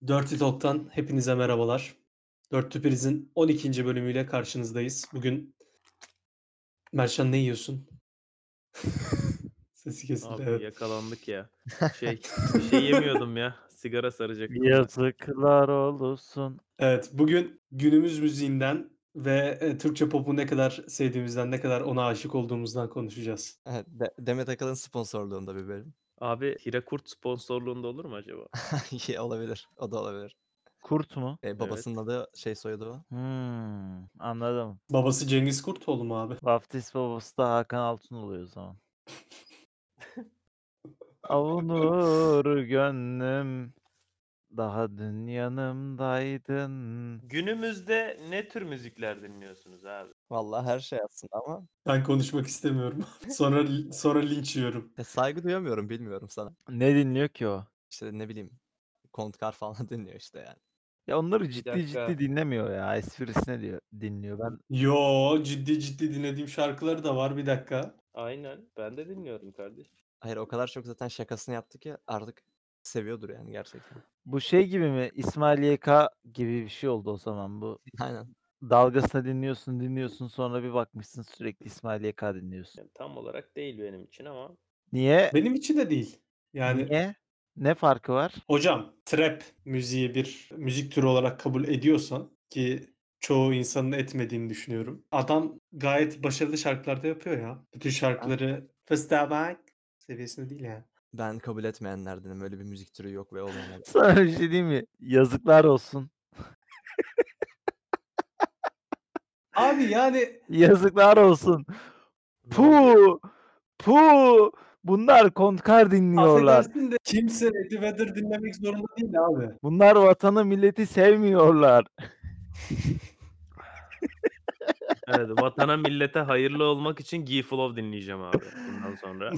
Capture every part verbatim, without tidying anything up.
Dirty Talk'tan hepinize merhabalar. Dörtlü Priz'in on ikinci bölümüyle karşınızdayız. Bugün Mertcan ne yiyorsun? Sesi kesildi, Abi evet. yakalandık ya. Şey, bir şey yemiyordum ya. Sigara saracaktım da. Yazıklar olsun. Evet, bugün günümüz müziğinden ve e, Türkçe pop'u ne kadar sevdiğimizden, ne kadar ona aşık olduğumuzdan konuşacağız. Evet, De Demet Akalın sponsorluğunda bir bölüm. Abi Hirakurt sponsorluğunda olur mu acaba? İyi olabilir. O da olabilir. Kurt mu? Eee, babasının Evet. adı şey, soyadı o. Hımm, anladım. Babası Cengiz Kurtoğlu mu abi? Vaftiz babası da Hakan Altun oluyor o zaman. Avunur gönlüm, daha dün yanımdaydın. Günümüzde ne tür müzikler dinliyorsunuz abi? Vallahi her şey aslında ama Ben konuşmak istemiyorum. Sonra sonra linç yiyorum. ya, saygı duyamıyorum, bilmiyorum sana. Ne dinliyor ki o? İşte, ne bileyim, Kontkar falan dinliyor işte yani. Ya onları Bir ciddi dakika. ciddi dinlemiyor ya, esprisine diyor dinliyor. Ben Yo, ciddi ciddi dinlediğim şarkıları da var, bir dakika. Aynen. Ben de dinliyorum kardeş. Hayır, o kadar çok zaten şakasını yaptı ki artık seviyordur yani gerçekten. bu şey gibi mi, İsmail Y K gibi bir şey oldu o zaman bu. Aynen. Dalgasına dinliyorsun, dinliyorsun, sonra bir bakmışsın sürekli İsmail Y K dinliyorsun. Yani tam olarak değil benim için ama Niye? Benim için de değil. Yani Niye? Ne farkı var? hocam, trap müziği bir müzik türü olarak kabul ediyorsan, ki çoğu insanın etmediğini düşünüyorum. Adam gayet başarılı şarkılar da yapıyor ya. Bütün Ben şarkıları fıstığa bak seviyesinde değil yani. ben kabul etmeyenlerdenim. Öyle bir müzik türü yok ve olmamalı. Sana bir şey diyeyim mi? Yazıklar olsun. Abi yani Yazıklar olsun. ne oldu ya? Puh! Puh! Bunlar Kontkar dinliyorlar. affedersin de kimse Eddie Vedder dinlemek zorunda değil abi. Bunlar vatanı milleti sevmiyorlar. Evet, vatana millete hayırlı olmak için G Flow dinleyeceğim abi bundan sonra.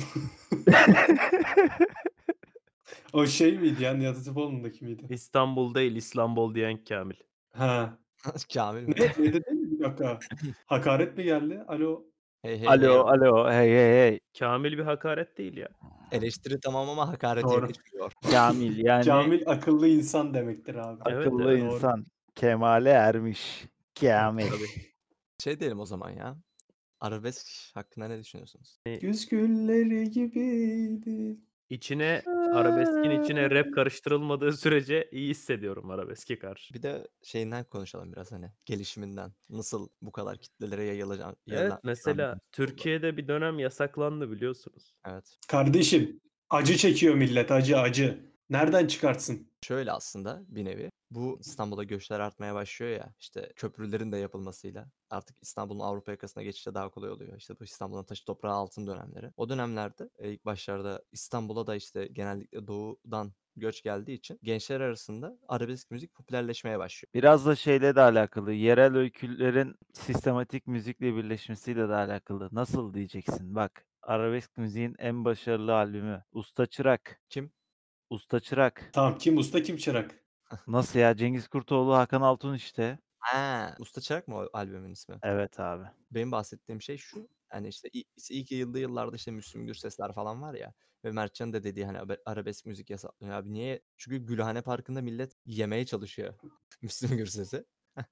O şey miydi ya? Nihat Hatipoğlu'ndaki miydi? İstanbul değil, İslambol diyen Kamil. Ha. Kamil mi? Ne? Ne dedin? Bir dakika. Hakaret mi geldi? Alo. Hey, hey, hey. Alo, alo, hey, hey, hey. Kamil bir hakaret değil ya. Eleştiri tamam ama hakarete Doğru. yakışmıyor. Kamil yani Kamil akıllı insan demektir abi. Evet, akıllı evet. Doğru. insan. Kemale ermiş. Kamil. Tabii. Şey diyelim o zaman ya. Arabesk hakkında ne düşünüyorsunuz? Güz gülleri gibiydi. İçine arabeskin içine rap karıştırılmadığı sürece iyi hissediyorum arabeske karşı. Bir de şeyinden konuşalım biraz hani gelişiminden. Nasıl bu kadar kitlelere yayılacağını Evet, yayılan mesela Türkiye'de bir dönem yasaklandı biliyorsunuz. Evet. Kardeşim, acı çekiyor millet, acı acı. Nereden çıkartsın? Şöyle aslında bir nevi bu İstanbul'a göçler artmaya başlıyor ya işte köprülerin de yapılmasıyla artık İstanbul'un Avrupa yakasına geçişte daha kolay oluyor. İşte bu İstanbul'un taşı toprağı altın dönemleri. O dönemlerde e, ilk başlarda İstanbul'a da işte genellikle doğudan göç geldiği için gençler arasında arabesk müzik popülerleşmeye başlıyor. Biraz da şeyle de alakalı. Yerel öykülerin sistematik müzikle birleşmesiyle de alakalı. Nasıl diyeceksin? Bak, arabesk müziğin en başarılı albümü Usta Çırak. Kim? Usta Çırak. Tamam, kim usta kim çırak? Nasıl ya? Cengiz Kurtoğlu, Hakan Altun işte. Ha, Usta Çırak mı o albümün ismi? Evet abi. Benim bahsettiğim şey şu, hani, işte, ilk ilk yayıldığı yıllarda, işte, Müslüm Gürsesler falan var ya ve Mertcan'ın da dediği, hani, abe arabesk müzik yasaklanıyor. Abi niye? Çünkü Gülhane Parkı'nda millet yemeye çalışıyor Müslüm Gürses'i.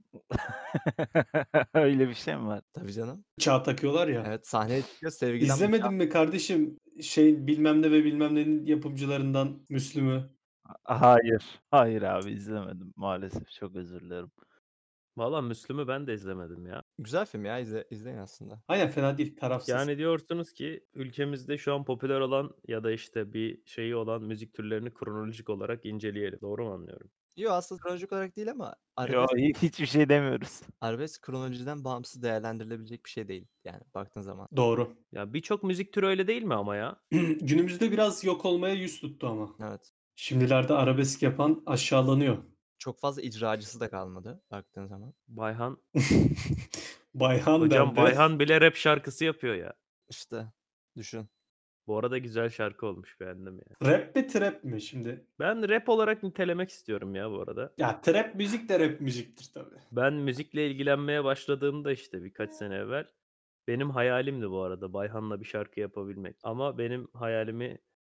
Öyle bir şey mi var? Tabii canım. Çağ takıyorlar ya. Evet, sahneye çıkıyor, sevgiden İzlemedin bıçağı. mi kardeşim şey bilmem ne ve bilmem nenin yapımcılarından Müslüm'ü? Hayır. Hayır abi izlemedim maalesef. Çok özür dilerim. Valla Müslüm'ü ben de izlemedim ya. Güzel film ya, izle izleyin aslında. Aynen, fena değil, tarafsız. Yani diyorsunuz ki ülkemizde şu an popüler olan ya da işte bir şeyi olan müzik türlerini kronolojik olarak inceleyelim. Doğru mu anlıyorum? Yo, aslında kronolojik olarak değil ama Yo, arabesk hi hiçbir şey demiyoruz. arabesk kronolojiden bağımsız değerlendirilebilecek bir şey değil, yani baktığın zaman. Doğru. Ya birçok müzik türü öyle değil mi ama ya? Günümüzde biraz yok olmaya yüz tuttu ama. Evet. Şimdilerde arabesk yapan aşağılanıyor. Çok fazla icracısı da kalmadı baktığın zaman. Bayhan. Bayhan Hocam derdi. Bayhan bile rap şarkısı yapıyor ya. İşte, düşün. Bu arada güzel şarkı olmuş, beğendim yani. Rap mi trap mi şimdi? Ben rap olarak nitelemek istiyorum ya bu arada. Ya trap müzik de rap müziktir tabii. Ben müzikle ilgilenmeye başladığımda işte birkaç sene evvel benim hayalimdi bu arada Bayhan'la bir şarkı yapabilmek. Ama benim hayalimi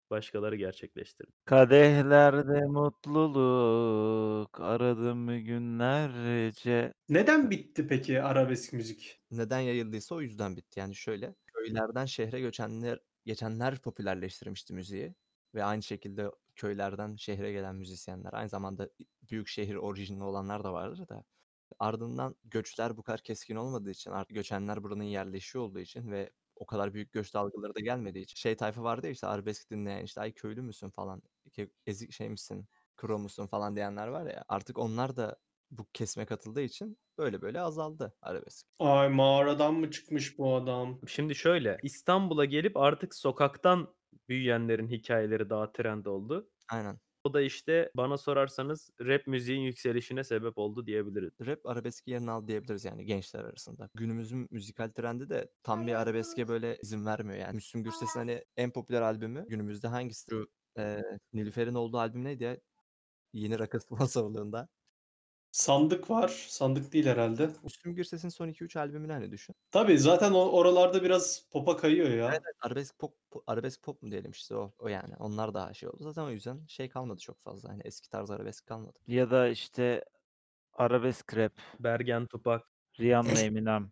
Başkaları gerçekleştirdi. Kadehlerde mutluluk aradım günlerce. Neden bitti peki arabesk müzik? Neden yayıldıysa o yüzden bitti. Yani şöyle, köylerden şehre göçenler geçenler popülerleştirmişti müziği ve aynı şekilde köylerden şehre gelen müzisyenler, aynı zamanda büyük şehir orijinli olanlar da vardır da ardından göçler bu kadar keskin olmadığı için, artık göçenler buranın yerleşiği olduğu için ve o kadar büyük göç dalgaları da gelmediği için şey tayfa vardı ya işte arabesk dinleyen işte ay köylü müsün falan, ke- ezik şey misin, kro musun falan diyenler var ya artık onlar da bu kesme katıldığı için böyle böyle azaldı arabesk. Ay mağaradan mı çıkmış bu adam? Şimdi şöyle, İstanbul'a gelip artık sokaktan büyüyenlerin hikayeleri daha trend oldu. Aynen. O da işte bana sorarsanız rap müziğin yükselişine sebep oldu diyebiliriz. Rap arabeski yerini aldı diyebiliriz yani gençler arasında. Günümüzün müzikal trendi de tam bir arabeske böyle izin vermiyor yani. Müslüm Gürses'in hani en popüler albümü günümüzde hangisi? Şu eee Nilüfer'in olduğu albüm neydi ya? Yeni Rakı sponsorluğunda. Sandık var. Sandık değil herhalde. Müslüm Gürses'in son iki üç albümünü hani düşün. Tabii zaten o oralarda biraz pop'a kayıyor Evet, ya. evet, arabesk pop, po- arabesk pop mu diyelim işte o, o yani. Onlar daha şey oldu. Zaten o yüzden şey kalmadı çok fazla. Hani eski tarz arabesk kalmadı. Ya da işte arabesk rap. Bergen Tupak. Rihanna, Eminem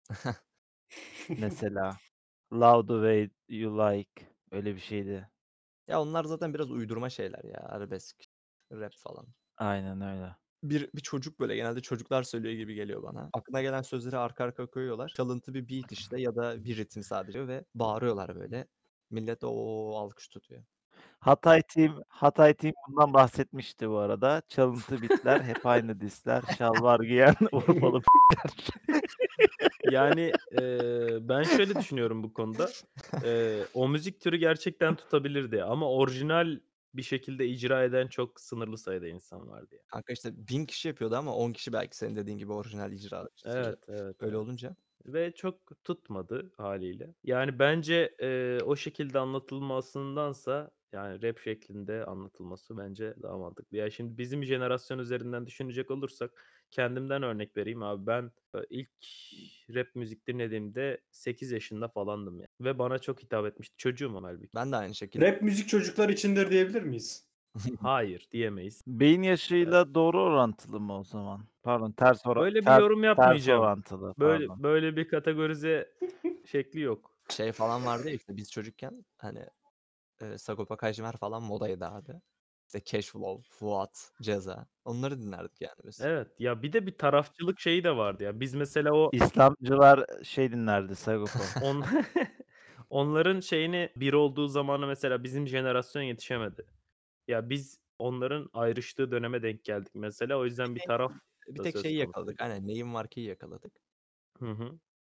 mesela. Love the way you like. Öyle bir şeydi. Ya onlar zaten biraz uydurma şeyler ya. Arabesk, rap falan. Aynen öyle. Bir, bir çocuk böyle genelde çocuklar söylüyor gibi geliyor bana. Aklına gelen sözleri arka arka koyuyorlar. Çalıntı bir beat işte ya da bir ritim sadece ve bağırıyorlar böyle. Millet o alkış tutuyor. Hatay Team, Hatay Team bundan bahsetmişti bu arada. Çalıntı bitler, hep aynı disler, şalvar giyen Urfalı p***ler. Yani, eee, ben şöyle düşünüyorum bu konuda. Eee, o müzik türü gerçekten tutabilirdi ama orijinal bir şekilde icra eden çok sınırlı sayıda insan vardı ya. Kanka işte bin kişi yapıyordu ama on kişi belki senin dediğin gibi orijinal icracısıydı. Evet, evet, Öyle evet. olunca Ve çok tutmadı hâliyle. Yani bence, eee, o şekilde anlatılmasındansa, yani rap şeklinde anlatılması bence daha mantıklı. Ya, şimdi bizim jenerasyon üzerinden düşünecek olursak kendimden örnek vereyim abi. Ben, eee, ilk rap müzik dinlediğimde sekiz yaşında falandım ya ve bana çok hitap etmişti. Çocuğum hâlbuki. ben de aynı şekilde. Rap müzik çocuklar içindir diyebilir miyiz? Hayır, diyemeyiz. Beyin Eee, yaşıyla doğru orantılı mı o zaman? Pardon, ters ora böyle bir ter yorum ters yapmayacağım. orantılı, Böyle pardon. böyle bir kategorize şekli yok. Şey falan vardı ya işte biz çocukken hani e, Sagopa Kajmer falan modaydı abi. İşte Cashflow, Fuat, Ceza. Onları dinlerdik yani biz. Evet, ya bir de bir tarafçılık şeyi de vardı ya. Biz mesela o İslamcılar şey dinlerdi, Sagopa. On onların şeyini bir olduğu zamana mesela bizim jenerasyon yetişemedi. Ya, biz onların ayrıştığı döneme denk geldik mesela. O Bir yüzden bir tek, taraf bir da tek söz şeyi yakaladık. konusuydu. Aynen neyim var ki yakaladık. Hı hı.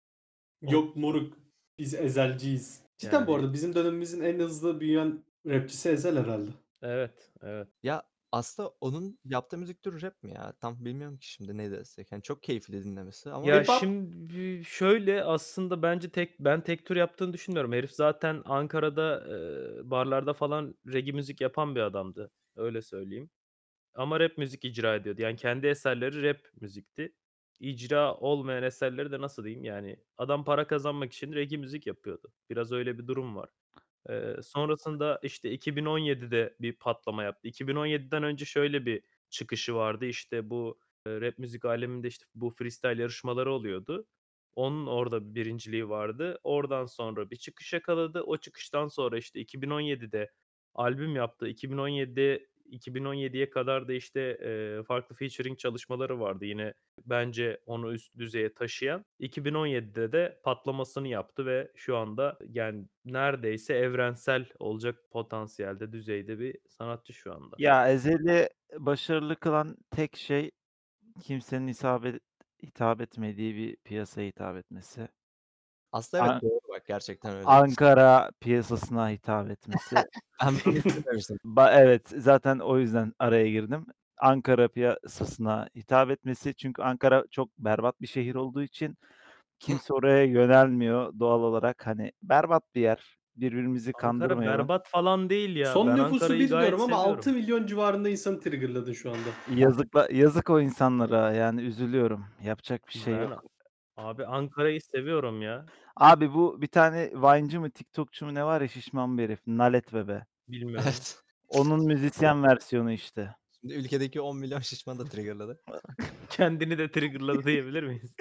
On Yok moruk. Biz ezelciyiz. Cidden bu yani arada bizim dönemimizin en hızlı büyüyen rapçisi Ezel herhalde. evet, evet. Ya aslında onun yaptığı müzik türü rap mi ya? Tam bilmiyorum ki şimdi ne desek. Yani çok keyifli dinlemesi ama Ya, Hip hop şimdi şöyle aslında bence tek ben tek tür yaptığını düşünmüyorum. Herif zaten Ankara'da, eee, barlarda falan reggae müzik yapan bir adamdı. Öyle söyleyeyim. Ama rap müzik icra ediyordu. Yani kendi eserleri rap müzikti. İcra olmayan eserleri de nasıl diyeyim, yani adam para kazanmak için reggae müzik yapıyordu. Biraz öyle bir durum var. Eee, sonrasında, işte, iki bin on yedide bir patlama yaptı. iki bin on yediden önce şöyle bir çıkışı vardı. İşte, bu, eee, rap müzik aleminde, işte, bu freestyle yarışmaları oluyordu. Onun orada bir birinciliği vardı. Oradan sonra bir çıkış yakaladı. O çıkıştan sonra, işte, iki bin on yedide albüm yaptı. iki bin on yedide iki bin on yediye kadar da, işte, eee, farklı featuring çalışmaları vardı yine bence onu üst düzeye taşıyan. iki bin on yedide de patlamasını yaptı ve şu anda, yani, neredeyse evrensel olacak potansiyelde, düzeyde bir sanatçı şu anda. Ya, Ezel'i başarılı kılan tek şey kimsenin hitap et hitap etmediği bir piyasaya hitap etmesi. aslında evet An doğru bak gerçekten öyle. Ankara piyasasına hitap etmesi. Ben bunu söylememiştim. Ba evet, zaten o yüzden araya girdim. Ankara piyasasına hitap etmesi çünkü Ankara çok berbat bir şehir olduğu için kimse oraya yönelmiyor doğal olarak. Hani, berbat bir yer, birbirimizi Ankara kandırmayalım. berbat falan değil ya. son Ben nüfusu Ankara'yı gayet bilmiyorum ama altı seviyorum. milyon civarında insanı triggerladın şu anda. Yazıkla yazık o insanlara, yani üzülüyorum. Yapacak bir şey Ben yok. abi Ankara'yı seviyorum ya. Abi bu bir tane Vine'cı mı TikTok'çu mu ne var ya şişman bir herif, Nalet Bebe. Bilmiyorum. Evet. Onun müzisyen versiyonu işte. Şimdi ülkedeki on milyon şişman da triggerladı. Kendini de trigger'ladı diyebilir miyiz?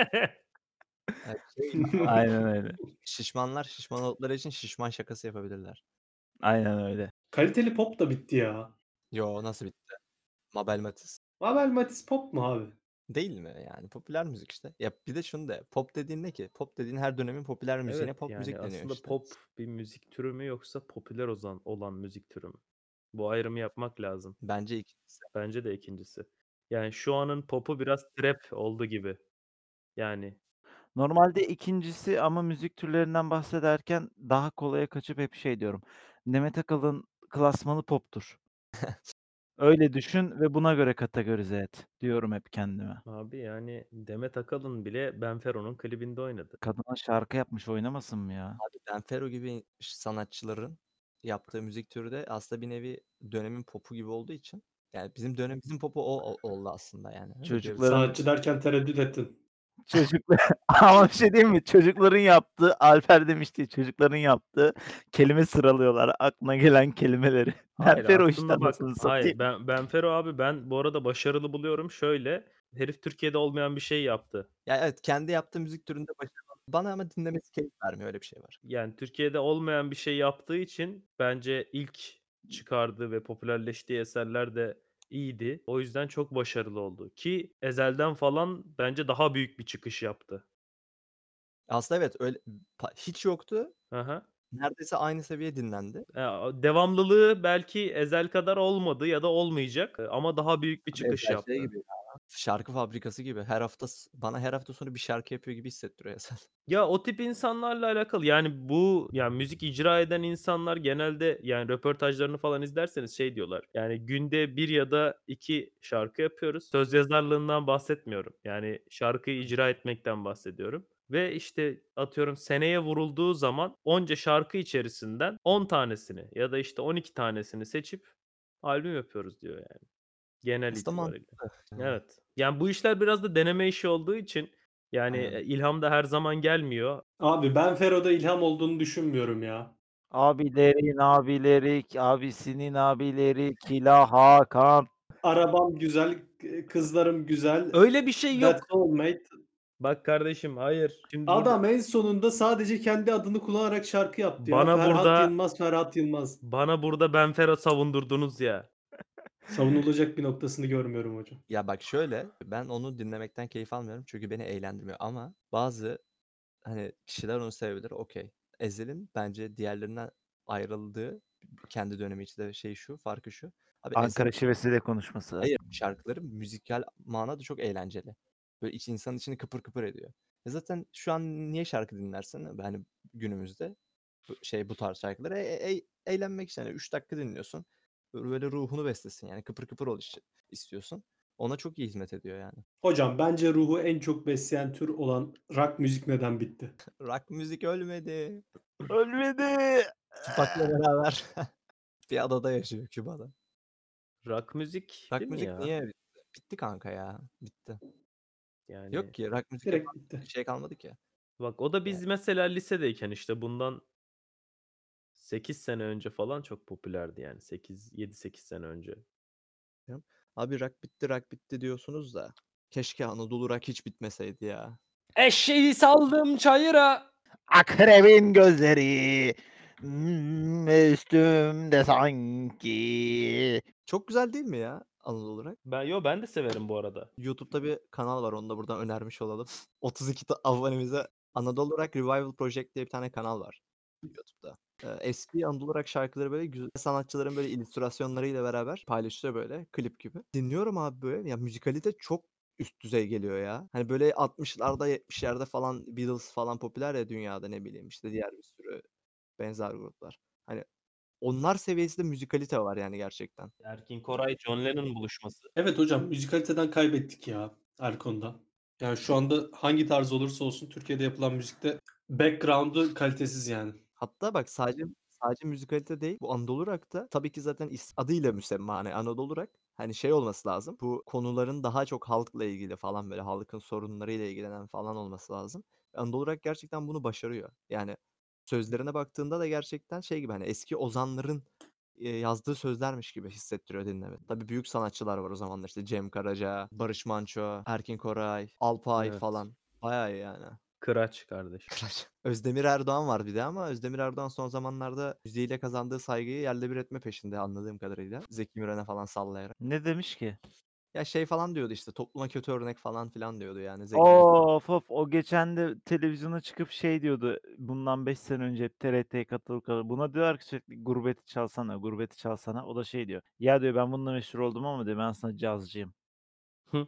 Evet, şey Aynen öyle. şişmanlar şişman oldukları için şişman şakası yapabilirler. Aynen öyle. Kaliteli pop da bitti ya. Yo, nasıl bitti? Mabel Matiz. Mabel Matiz pop mu abi? Değil mi yani? Popüler müzik işte. Ya bir de şunu de pop dediğin ne ki? Pop dediğin her dönemin popüler müziğine Evet, pop yani müzik deniyor aslında işte. pop bir müzik türü mü yoksa popüler ozan olan müzik türü mü? Bu ayrımı yapmak lazım. Bence ikincisi. Bence de ikincisi. Yani şu anın popu biraz trap oldu gibi. Yani Normalde ikincisi ama müzik türlerinden bahsederken daha kolaya kaçıp hep şey diyorum. Demet Akalın klasmanı poptur. Öyle düşün ve buna göre kategorize et diyorum hep kendime. abi yani Demet Akalın bile Benfero'nun klibinde oynadı. Kadına şarkı yapmış oynamasın mı ya? Abi Benfero gibi sanatçıların yaptığı müzik türü de aslında bir nevi dönemin popu gibi olduğu için yani bizim dönemimizin popu o, o- oldu aslında yani. Öyle diyebiliriz. Çocukların Sanatçı derken tereddüt ettin. çocuklar ama bir şey diyeyim mi? Çocukların yaptığı Alper demişti ya, çocukların yaptığı kelime sıralıyorlar aklına gelen kelimeleri. Hayır Benfero işte aslında bak anasını hayır satayım. ben Benfero abi ben bu arada başarılı buluyorum. Şöyle herif Türkiye'de olmayan bir şey yaptı. Ya evet, kendi yaptığı müzik türünde başarılı. Bana ama dinlemesi keyif vermiyor, öyle bir şey var. Yani Türkiye'de olmayan bir şey yaptığı için bence ilk çıkardığı ve popülerleştiği eserler de iyiydi. O yüzden çok başarılı oldu. Ki Ezel'den falan bence daha büyük bir çıkış yaptı. Aslında evet, öyle pa- hiç yoktu. Hı hı. Neredeyse aynı seviye dinlendi. Eee, devamlılığı belki Ezel kadar olmadı ya da olmayacak, eee, ama daha büyük bir Abi çıkış Ezel şey yaptı. gibi ya. Şarkı fabrikası gibi. Her hafta s- bana her hafta sonu bir şarkı yapıyor gibi hissettiriyor Ezel. Ya, o tip insanlarla alakalı, yani, bu, yani, müzik icra eden insanlar genelde, yani, röportajlarını falan izlerseniz şey diyorlar, yani, günde bir ya da iki şarkı yapıyoruz. Söz yazarlığından bahsetmiyorum. Yani, şarkıyı icra etmekten bahsediyorum ve, işte, atıyorum seneye vurulduğu zaman onca şarkı içerisinden on tanesini ya da, işte, on iki tanesini seçip albüm yapıyoruz diyor, yani, genel Aslında itibariyle. mantıklı. Yani, Evet. Yani, bu işler biraz da deneme işi olduğu için, yani, aynen. eee, ilham da her zaman gelmiyor. Abi ben Fero'da ilham olduğunu düşünmüyorum ya. Abilerin abileri, abisinin abileri, Kila Hakan. Arabam güzel, k kızlarım güzel. Öyle bir şey That's yok. all mate. Bak kardeşim, hayır. Şimdi burada Adam en sonunda sadece kendi adını kullanarak şarkı yaptı ya. bana Ferhat burada Yılmaz, Ferhat Yılmaz. bana burada Benfero savundurdunuz ya. Savunulacak bir noktasını görmüyorum hocam. Ya bak şöyle, ben onu dinlemekten keyif almıyorum çünkü beni eğlendirmiyor ama bazı hani kişiler onu sevebilir, okey. Ezel'in bence diğerlerinden ayrıldığı kendi dönemi içinde şey şu, farkı şu. Abi Ankara Ezel'in şivesiyle konuşması. hayır, şarkıları müzikal manada çok eğlenceli. Böyle iç insanın içini kıpır kıpır ediyor. E zaten şu an niye şarkı dinlersin? Yani günümüzde bu şey bu tarz şarkıları e- e- e- eğlenmek için. Yani üç dakika dinliyorsun. Böyle ruhunu beslesin yani kıpır kıpır ol iş- istiyorsun. Ona çok iyi hizmet ediyor yani. Hocam bence ruhu en çok besleyen tür olan rock müzik neden bitti? Rock müzik ölmedi. Ölmedi. Tupac'la beraber bir adada yaşıyor, Küba'da. Rock müzik Rock değil mi müzik ya? niye bitti? Bitti kanka ya. Bitti. Yok Yani ki rock müzik Direkt yapan bitti. şey kalmadı ki. bak o da Yani biz mesela lisedeyken işte bundan sekiz sene önce falan çok popülerdi yani sekiz yedi sekiz sene önce. diyorum, abi rock bitti rock bitti diyorsunuz da keşke Anadolu rock hiç bitmeseydi ya. Eşeği saldım çayıra. Akrebin gözleri hmm, üstümde sanki. Çok güzel değil mi ya Anadolu rock? Ben yo ben de severim bu arada. YouTube'da bir kanal var, onu da buradan önermiş olalım. otuz iki ta- abonemize Anadolu Rock Revival Project diye bir tane kanal var YouTube'da. Ee, eski Anadolu Rock şarkıları böyle güzel sanatçıların böyle illüstrasyonlarıyla beraber paylaşıyor böyle klip gibi. Dinliyorum abi böyle ya, müzikalite çok üst düzey geliyor ya. Hani böyle altmışlarda yetmişlerde falan Beatles falan popüler ya dünyada, ne bileyim işte diğer bir sürü benzer gruplar. Hani onlar seviyesinde müzikalite var yani gerçekten. Erkin Koray, John Lennon buluşması. Evet hocam müzikaliteden kaybettik ya her konuda. Yani şu anda hangi tarz olursa olsun Türkiye'de yapılan müzikte background'u kalitesiz yani. Hatta bak sadece sadece müzikalite değil. Bu Anadolu Rock'ta tabii ki zaten is adıyla müsemma hani Anadolu Rock. Hani şey olması lazım. Bu konuların daha çok halkla ilgili falan, böyle halkın sorunlarıyla ilgilenen falan olması lazım. Anadolu Rock gerçekten bunu başarıyor. Yani sözlerine baktığında da gerçekten şey gibi, hani eski ozanların eee, yazdığı sözlermiş gibi hissettiriyor dinleme. Tabii büyük sanatçılar var o zamanlar, işte Cem Karaca, Barış Manço, Erkin Koray, Alpay Evet. falan. Bayağı iyi yani. Kıraç kardeşim. Kıraç. Özdemir Erdoğan var bir de ama Özdemir Erdoğan son zamanlarda müziğiyle kazandığı saygıyı yerle bir etme peşinde anladığım kadarıyla. Zeki Müren'e falan sallayarak. Ne demiş ki? Ya şey falan diyordu işte, topluma kötü örnek falan filan diyordu yani Zeki Müren. Of of o geçen de televizyona çıkıp şey diyordu. Bundan beş sene önce T R T'ye katılıp kalır. Buna diyorlar ki sürekli gurbeti çalsana, gurbeti çalsana. O da şey diyor. Ya diyor ben bununla meşhur oldum ama diyor ben aslında cazcıyım. Hı.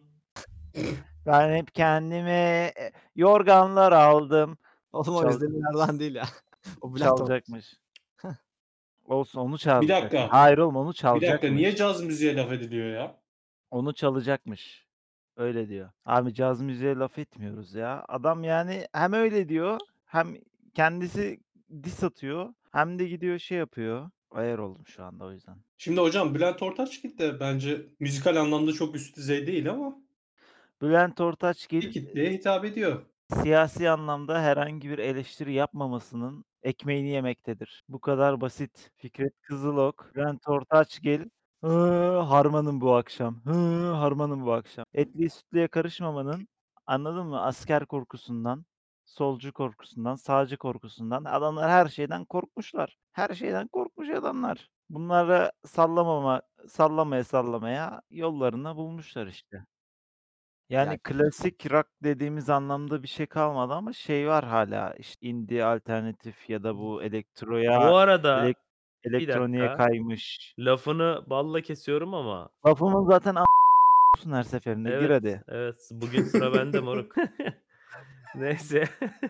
Ben hep kendime e, yorganlar aldım. Oğlum o Çal Özdemir Erdoğan değil ya. O Bülent Ortaç. çalacakmış. Olsun onu Bir çalacak. dakika. Hayır oğlum onu Bir dakika. Niye çalacakmış. caz müziğe laf ediliyor ya? Onu çalacakmış. Öyle diyor. Abi caz müziğe laf etmiyoruz ya. Adam yani hem öyle diyor hem kendisi diss atıyor hem de gidiyor şey yapıyor. Ayar oldum şu anda o yüzden. Şimdi hocam Bülent Ortaçgil de bence müzikal anlamda çok üst düzey değil ama Bülent bir Ortaçgil kitleye hitap ediyor. siyasi anlamda herhangi bir eleştiri yapmamasının ekmeğini yemektedir. Bu kadar basit. Fikret Kızılok, Bülent Ortaçgil, "Hıı, harmanım bu akşam, hıı, harmanım bu akşam." Etliye sütlüye karışmamanın, anladın mı, asker korkusundan, solcu korkusundan, sağcı korkusundan adamlar her şeyden korkmuşlar. Her şeyden korkmuş adamlar. Bunlara sallamama sallamaya sallamaya yollarını bulmuşlar işte. Ya Yani klasik rock dediğimiz anlamda bir şey kalmadı ama şey var hâlâ, işte, indie, alternatif ya da bu elektroya, Bu elek arada bir elektroniğe dakika. kaymış. Lafını balla kesiyorum ama Lafımın zaten a her seferinde. Gir evet, hadi. evet. Bugün sıra bende moruk. Neyse.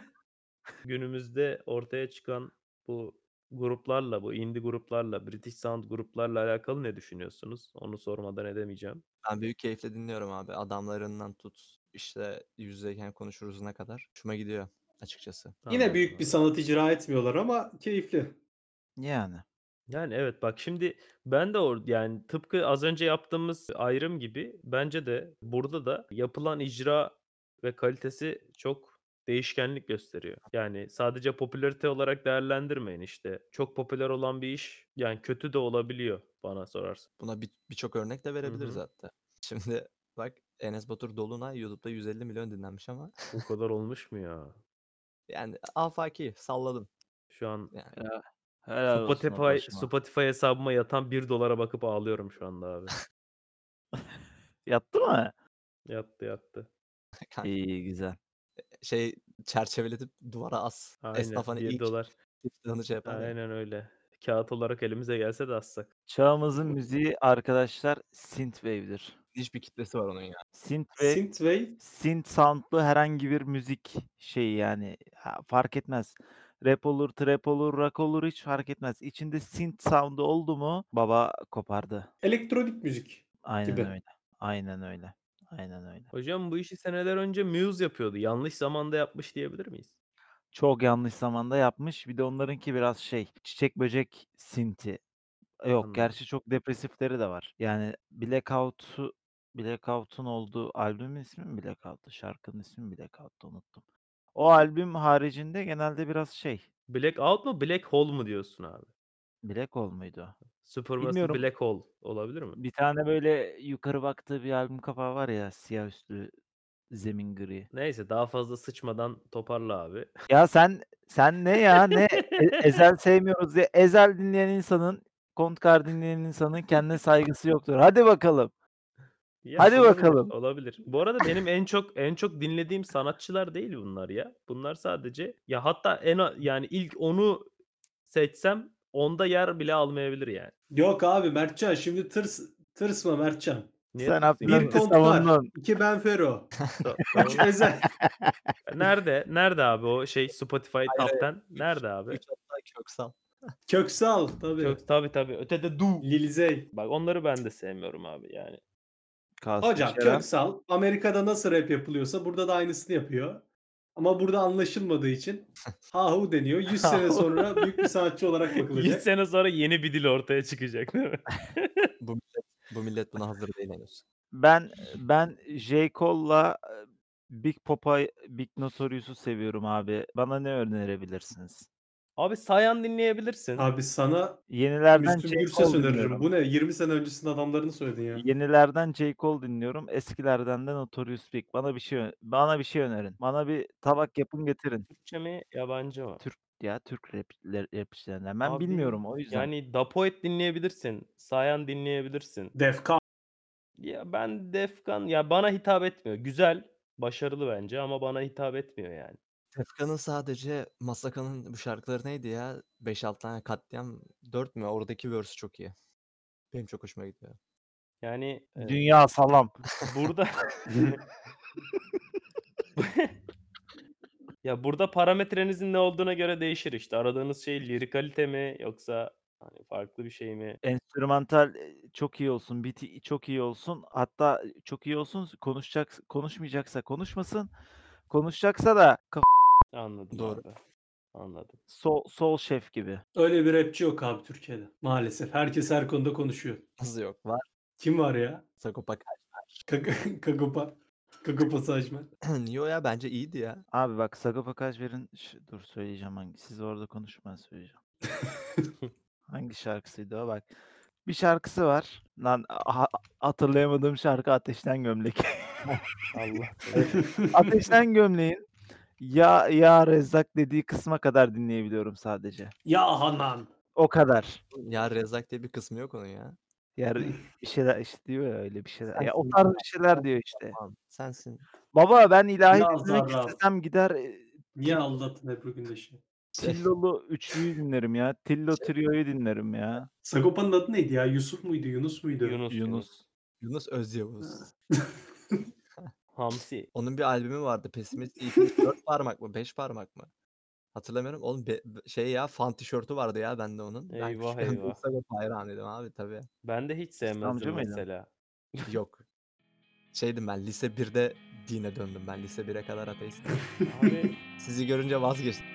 Günümüzde ortaya çıkan bu gruplarla, bu indie gruplarla, British Sound gruplarla alakalı ne düşünüyorsunuz? Onu sormadan edemeyeceğim. Ben büyük keyifle dinliyorum abi. Adamlarından tut, işte yüz yüzeyken konuşuruzuna kadar. Hoşuma gidiyor açıkçası. Yine Anladım büyük bir abi. sanat icra etmiyorlar ama keyifli. Yani. Yani, evet, bak şimdi ben de or yani tıpkı az önce yaptığımız ayrım gibi bence de burada da yapılan icra ve kalitesi çok değişkenlik gösteriyor. Yani sadece popülarite olarak değerlendirmeyin işte. Çok popüler olan bir iş, yani kötü de olabiliyor bana sorarsan. Buna bir birçok örnek de Hı verebiliriz hı. hatta. Şimdi bak Enes Batur Dolunay YouTube'da yüz elli milyon dinlenmiş ama O kadar olmuş mu ya? yani afaki salladım. Şu an Yani Ya, helal olsun o Spotify başıma. Spotify hesabıma yatan bir dolara bakıp ağlıyorum şu anda abi. Yattı mı? Yattı, yattı. kanka İyi, güzel. şey çerçeveletip duvara as. Aynen Esnaf hani bir ilk dolar. çıktığını şey yapar ya. Aynen öyle. Kağıt olarak elimize gelse de assak. Çağımızın müziği arkadaşlar synthwave'dir. Hiçbir kitlesi var onun ya. Synthwave, Synthwave synth sound'lu herhangi bir müzik şeyi yani, ha, fark etmez. Rap olur, trap olur, rock olur hiç fark etmez. İçinde synth sound'u oldu mu baba kopardı. elektronik müzik Aynen gibi. öyle. Aynen öyle. Aynen öyle. Hocam bu işi seneler önce Muse yapıyordu. Yanlış zamanda yapmış diyebilir miyiz? Çok yanlış zamanda yapmış. Bir de onlarınki biraz şey, çiçek böcek synth'i. Yok, Anladım. gerçi çok depresifleri de var. Yani Blackout'u Blackout'un olduğu albümün ismi mi Blackout'tu? Şarkının ismi mi Blackout'tu? Unuttum. O albüm haricinde genelde biraz şey, Blackout mu Black Hole mu diyorsun abi? Black Hole muydu? Supermassive Bilmiyorum. Black Hole olabilir mi? Bir tane böyle yukarı baktığı bir albüm kapağı var ya, siyah üstü, zemin gri. Neyse daha fazla sıçmadan toparla abi. Ya sen sen ne ya? Ne E Ezel sevmiyoruz diye. Ezel dinleyen insanın, Kontkar dinleyen insanın kendine saygısı yoktur. Hadi bakalım. Ya Hadi olabilir, bakalım. olabilir. Bu arada benim en çok en çok dinlediğim sanatçılar değil bunlar ya. Bunlar sadece ya hatta en a yani ilk onu seçsem onda yer bile almayabilir yani. Yok abi Mertcan şimdi tırs tırsma Mertcan. Niye Sen tırsayım Bir Abdülhamit'i abi? Kontkar, savundun. iki Benfero, Sa üç savun Ezel. Nerede? Nerede abi o şey Spotify Hayır Top hayır. on? üç Nerede abi? üç hatta Köksal. Köksal tabii. Kök tabii tabii. Ötede Du. Lilizey. Bak onları ben de sevmiyorum abi yani. Kasım Hocam Şener. Köksal Amerika'da nasıl rap yapılıyorsa burada da aynısını yapıyor. Ama burada anlaşılmadığı için hahu deniyor. yüz sene sonra büyük bir sanatçı olarak yüz bakılacak. sene sonra yeni bir dil ortaya çıkacak değil mi? Bu millet bu millet buna hazır değil henüz. Ben ben J. Cole'la eee, Big Pop'a Big Notorious'u seviyorum abi. Bana ne önerebilirsiniz? Abi Sayan dinleyebilirsin. Abi sana Yenilerden Müslüm J. Gürses Cole öneririm. dinliyorum. Bu ne? yirmi sene öncesinin adamlarını söyledin ya. Yenilerden J. Cole dinliyorum. Eskilerden de Notorious Big. Bana bir şey ö bana bir şey önerin. Bana bir tabak yapın getirin. Türkçe mi, yabancı mı? Türk ya Türk rap'ler rapçilerinden. Ben Abi, bilmiyorum o yüzden. yani Dapoet dinleyebilirsin. Sayan dinleyebilirsin. Defkan. Ya ben Defkan ya bana hitap etmiyor. Güzel, başarılı bence ama bana hitap etmiyor yani. Defkan'ın sadece Masaka'nın bu şarkıları neydi ya? beş altı tane Katliam dört mü? Oradaki verse'ü çok iyi. Benim çok hoşuma gidiyor. Yani, eee, Dünya salam. burada ya burada parametrenizin ne olduğuna göre değişir işte. Aradığınız şey lirikalite mi yoksa, hani, farklı bir şey mi? Enstrümantal, eee, çok iyi olsun, beat'i çok iyi olsun. Hatta çok iyi olsun, konuşacak konuşmayacaksa konuşmasın. Konuşacaksa da kaf Anladım Doğru. abi. Anladım. Soul Soul Chef gibi. Öyle bir rapçi yok abi Türkiye'de. Maalesef. Herkes her konuda konuşuyor. Nasıl yok? Var. Kim var ya? Sagopa Kag Kagopa. Kagopa Sajmer. Niye o ya? Bence iyiydi ya. Abi bak Sagopa Kajmer'in ş dur söyleyeceğim hangi siz orada konuşun ben söyleyeceğim. Hangi şarkısıydı o bak. Bir şarkısı var. Lan ha hatırlayamadığım şarkı Ateşten Gömlek. Allah Evet. seni Ateşten Gömlek'in Ya Ya Rezzak dediği kısma kadar dinleyebiliyorum sadece. Ya Hanan. O kadar. Ya Rezzak diye bir kısmı yok onun ya. Yer bir şeyler işte diyor ya öyle bir şeyler. Ya o Sensin tarz bir şeyler diyor işte. Tamam. Sensin. Baba ben ilahi Ya dinlemek Zarrab. istesem gider e, Niye aldattın Ebru Gündeş'i? Şey, Tillolu üçlüyü dinlerim ya. Tillo Şey- Trio'yu dinlerim ya. Sagopa'nın adı neydi ya? Yusuf muydu? Yunus muydu? Yunus, Yunus. Yunus. Yunus Özyavuz. Hamsi. Onun bir albümü vardı. Pessimist E P. dört parmak mı? beş parmak mı? Hatırlamıyorum. Oğlum be- be- şey ya fan tişörtü vardı ya bende onun. Ben Eyvah, küçükken eyvah. Sagopa hayranıydım abi tabii. Ben de hiç sevmezdim İslamcı mıydın? mesela. Yok. Şeydim ben lise birde dine döndüm ben. Lise bire kadar ateistim. Abi Sizi görünce vazgeçtim.